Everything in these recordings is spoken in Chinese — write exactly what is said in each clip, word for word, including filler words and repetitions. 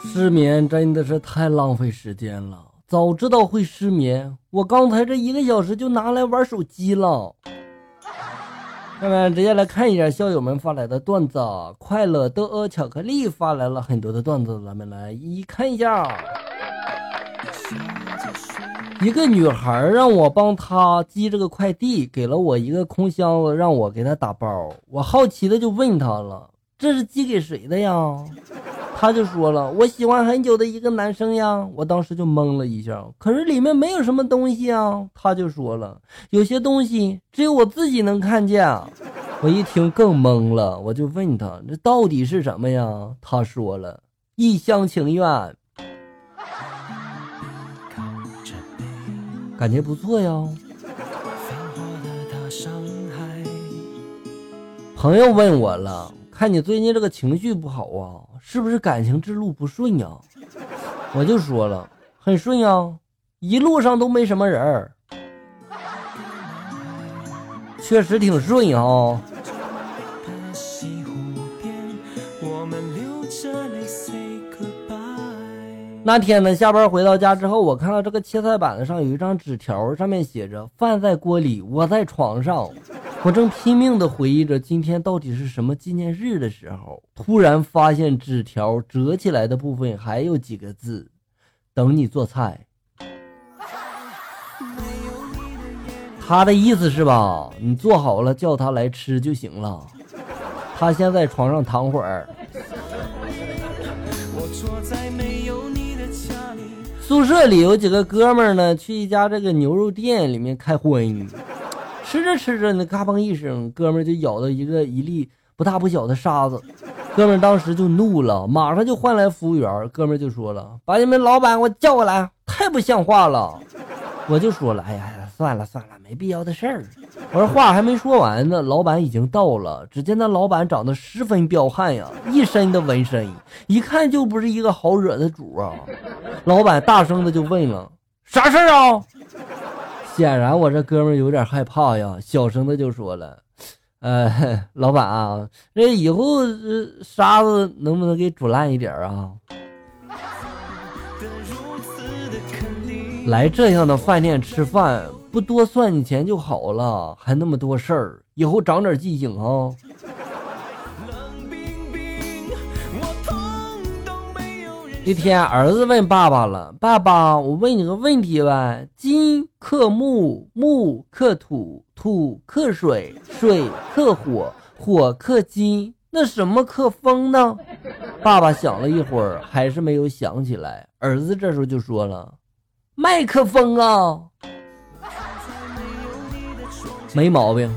失眠真的是太浪费时间了，早知道会失眠，我刚才这一个小时就拿来玩手机了。下面直接来看一下校友们发来的段子。快乐的巧克力发来了很多的段子，咱们来一一看一下。一个女孩让我帮她寄这个快递，给了我一个空箱子，让我给她打包。我好奇的就问她了，这是寄给谁的呀？她就说了，我喜欢很久的一个男生呀。我当时就懵了一下，可是里面没有什么东西啊。她就说了，有些东西只有我自己能看见。我一听更懵了，我就问她，这到底是什么呀？她说了，一厢情愿。感觉不错呀。朋友问我了，看你最近这个情绪不好啊，是不是感情之路不顺呀？我就说了，很顺呀，一路上都没什么人儿，确实挺顺啊。那天呢，下班回到家之后，我看到这个切菜板子上有一张纸条，上面写着饭在锅里，我在床上。我正拼命的回忆着今天到底是什么纪念日的时候，突然发现纸条折起来的部分还有几个字，等你做菜。他的意思是吧，你做好了叫他来吃就行了，他先在床上躺会儿。宿舍里有几个哥们儿呢，去一家这个牛肉店里面开荤，吃着吃着呢，嘎嘣一声，哥们儿就咬到一个一粒不大不小的沙子，哥们儿当时就怒了，马上就换来服务员，哥们儿就说了，把你们老板我叫过来，太不像话了。我就说了，哎呀，算了算了，没必要的事儿。我说话还没说完呢，老板已经到了。只见那老板长得十分彪悍呀，一身的纹身，一看就不是一个好惹的主啊。老板大声的就问了，啥事儿啊？显然我这哥们儿有点害怕呀，小声的就说了，呃，老板啊，这以后、呃、沙子能不能给煮烂一点啊？来这样的饭店吃饭，不多算你钱就好了，还那么多事儿，以后长点记性啊。一天儿子问爸爸了，爸爸，我问你个问题呗，金克木，木克土，土克水，水克火，火克金，那什么克风呢？爸爸想了一会儿，还是没有想起来。儿子这时候就说了，麦克风啊，没毛病。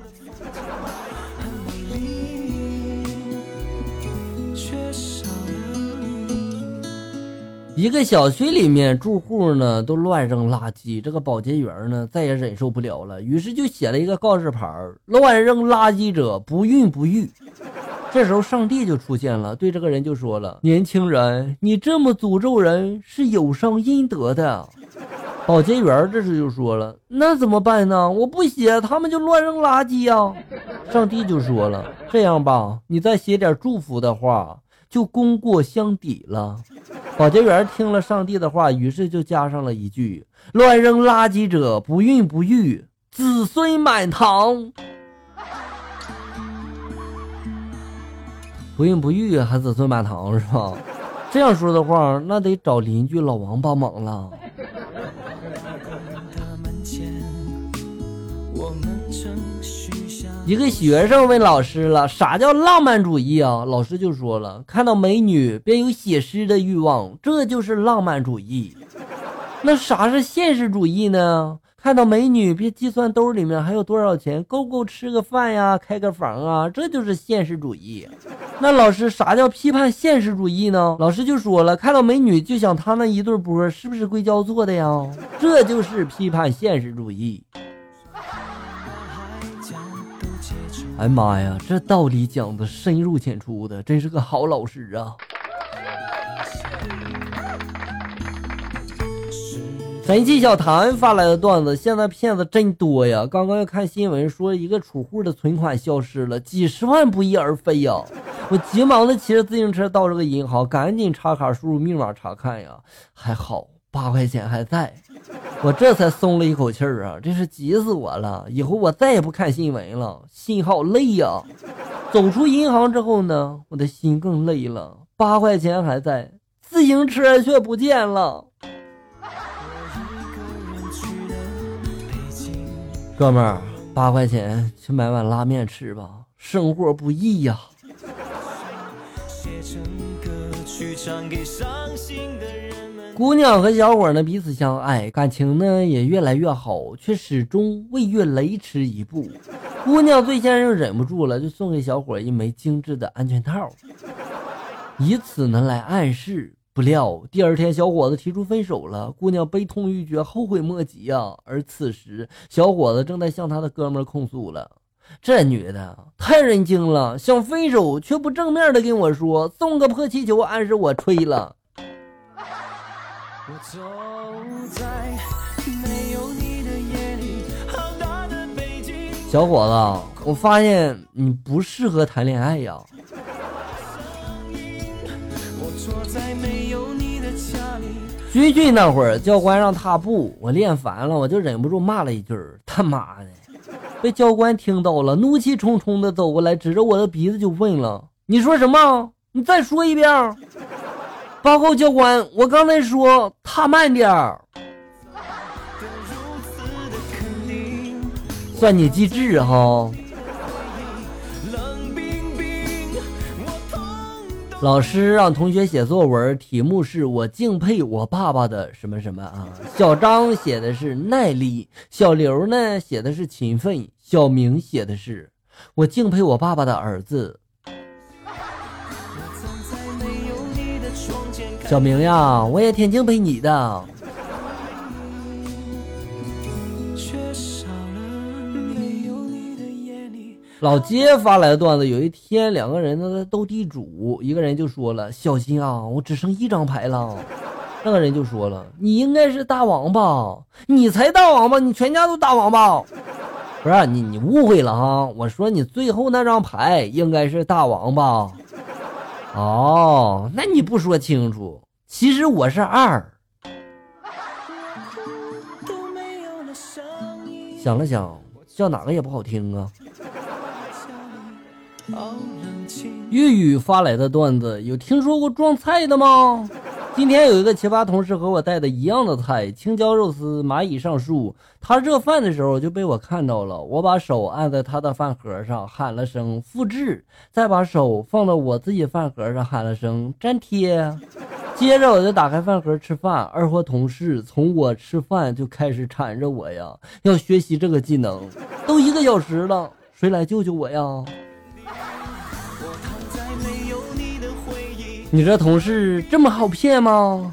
一个小区里面住户呢都乱扔垃圾，这个保洁员呢再也忍受不了了，于是就写了一个告示牌，乱扔垃圾者不孕不育。这时候上帝就出现了，对这个人就说了，年轻人，你这么诅咒人是有伤阴德的。保洁员这时就说了，那怎么办呢？我不写，他们就乱扔垃圾啊。上帝就说了，这样吧，你再写点祝福的话，就功过相抵了。保洁员听了上帝的话，于是就加上了一句，乱扔垃圾者不孕不育，子孙满堂。不孕不育还子孙满堂是吧？这样说的话，那得找邻居老王帮忙了。一个学生问老师了，啥叫浪漫主义啊？老师就说了，看到美女便有写诗的欲望，这就是浪漫主义。那啥是现实主义呢？看到美女别计算兜里面还有多少钱，够不够吃个饭呀，开个房啊，这就是现实主义。那老师，啥叫批判现实主义呢？老师就说了，看到美女就想她那一对波是不是硅胶做的呀？这就是批判现实主义。哎妈呀，这道理讲的深入浅出的，真是个好老师啊。神奇小谭发来的段子，现在骗子真多呀！刚刚要看新闻说一个储户的存款消失了，几十万不翼而飞呀！ 我急忙的骑着自行车到这个银行，赶紧插卡输入密码查看呀，还好八块钱还在，我这才松了一口气儿啊！真是急死我了，以后我再也不看新闻了，心好累呀。走出银行之后呢，我的心更累了，八块钱还在，自行车却不见了。哥们儿，八块钱去买碗拉面吃吧，生活不易呀。姑娘和小伙呢彼此相爱，感情呢也越来越好，却始终未越雷池一步。姑娘对先生忍不住了，就送给小伙一枚精致的安全套，以此呢来暗示。不料第二天小伙子提出分手了，姑娘悲痛欲绝，后悔莫及啊。而此时小伙子正在向他的哥们控诉了，这女的太人精了，想分手却不正面的跟我说，送个破气球暗示我吹了。我走在没有你的夜里，好大的北京。小伙子，我发现你不适合谈恋爱呀。军训那会儿，教官让踏步，我练烦了，我就忍不住骂了一句，他妈的！被教官听到了，怒气冲冲的走过来，指着我的鼻子就问了，你说什么？你再说一遍。报告教官，我刚才说踏慢点儿。算你机智哈。老师让同学写作文，题目是我敬佩我爸爸的什么什么啊。小张写的是耐力，小刘呢写的是勤奋，小明写的是我敬佩我爸爸的儿子。小明呀，我也挺敬佩你的。老街发来的段子，有一天两个人呢在斗地主，一个人就说了，小心啊，我只剩一张牌了。那个人就说了，你应该是大王吧？你才大王吧？你全家都大王吧？不是你你误会了哈，我说你最后那张牌应该是大王吧？哦，那你不说清楚，其实我是二。想了想，叫哪个也不好听啊。粤语发来的段子，有听说过撞菜的吗？今天有一个奇葩同事和我带的一样的菜，青椒肉丝蚂蚁上树，他热饭的时候就被我看到了，我把手按在他的饭盒上喊了声复制，再把手放到我自己饭盒上喊了声粘贴，接着我就打开饭盒吃饭。二货同事从我吃饭就开始缠着我呀，要学习这个技能，都一个小时了，谁来救救我呀？你这同事这么好骗吗？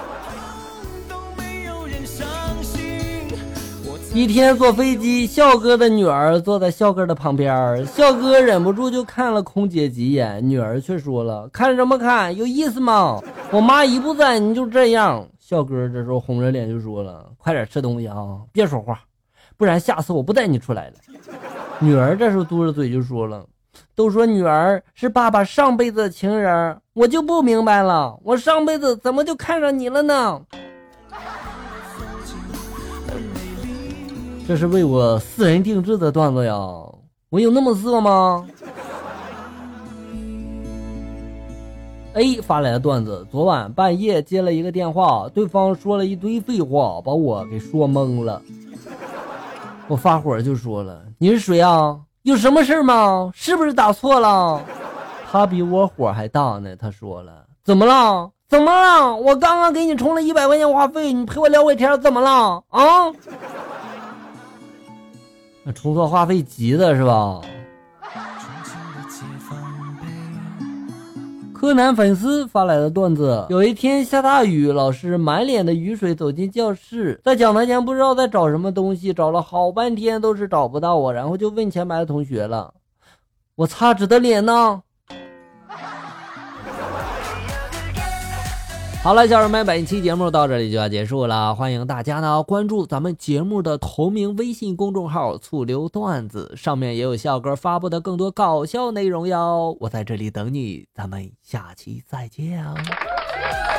一天坐飞机，笑哥的女儿坐在笑哥的旁边，笑哥忍不住就看了空姐几眼，女儿却说了，看什么看，有意思吗？我妈一不在你就这样。笑哥这时候红着脸就说了，快点吃东西啊，别说话，不然下次我不带你出来了。女儿这时候嘟着嘴就说了，都说女儿是爸爸上辈子的情人，我就不明白了，我上辈子怎么就看上你了呢？这是为我私人定制的段子呀，我有那么色吗？ A 发来的段子，昨晚半夜接了一个电话，对方说了一堆废话，把我给说懵了。我发火就说了，你是谁啊？有什么事吗？是不是打错了？他比我火还大呢，他说了，怎么了？怎么了？我刚刚给你充了一百块钱话费，你陪我聊会天，怎么了？啊？那充错话费急的是吧？柯南粉丝发来的段子，有一天下大雨，老师满脸的雨水走进教室，在讲台前不知道在找什么东西，找了好半天都是找不到我，然后就问前排的同学了，我擦纸的脸呢？ 好了，小人们，本期节目到这里就要结束了，欢迎大家呢关注咱们节目的同名微信公众号醋溜段子，上面也有笑哥发布的更多搞笑内容哟，我在这里等你，咱们下期再见啊。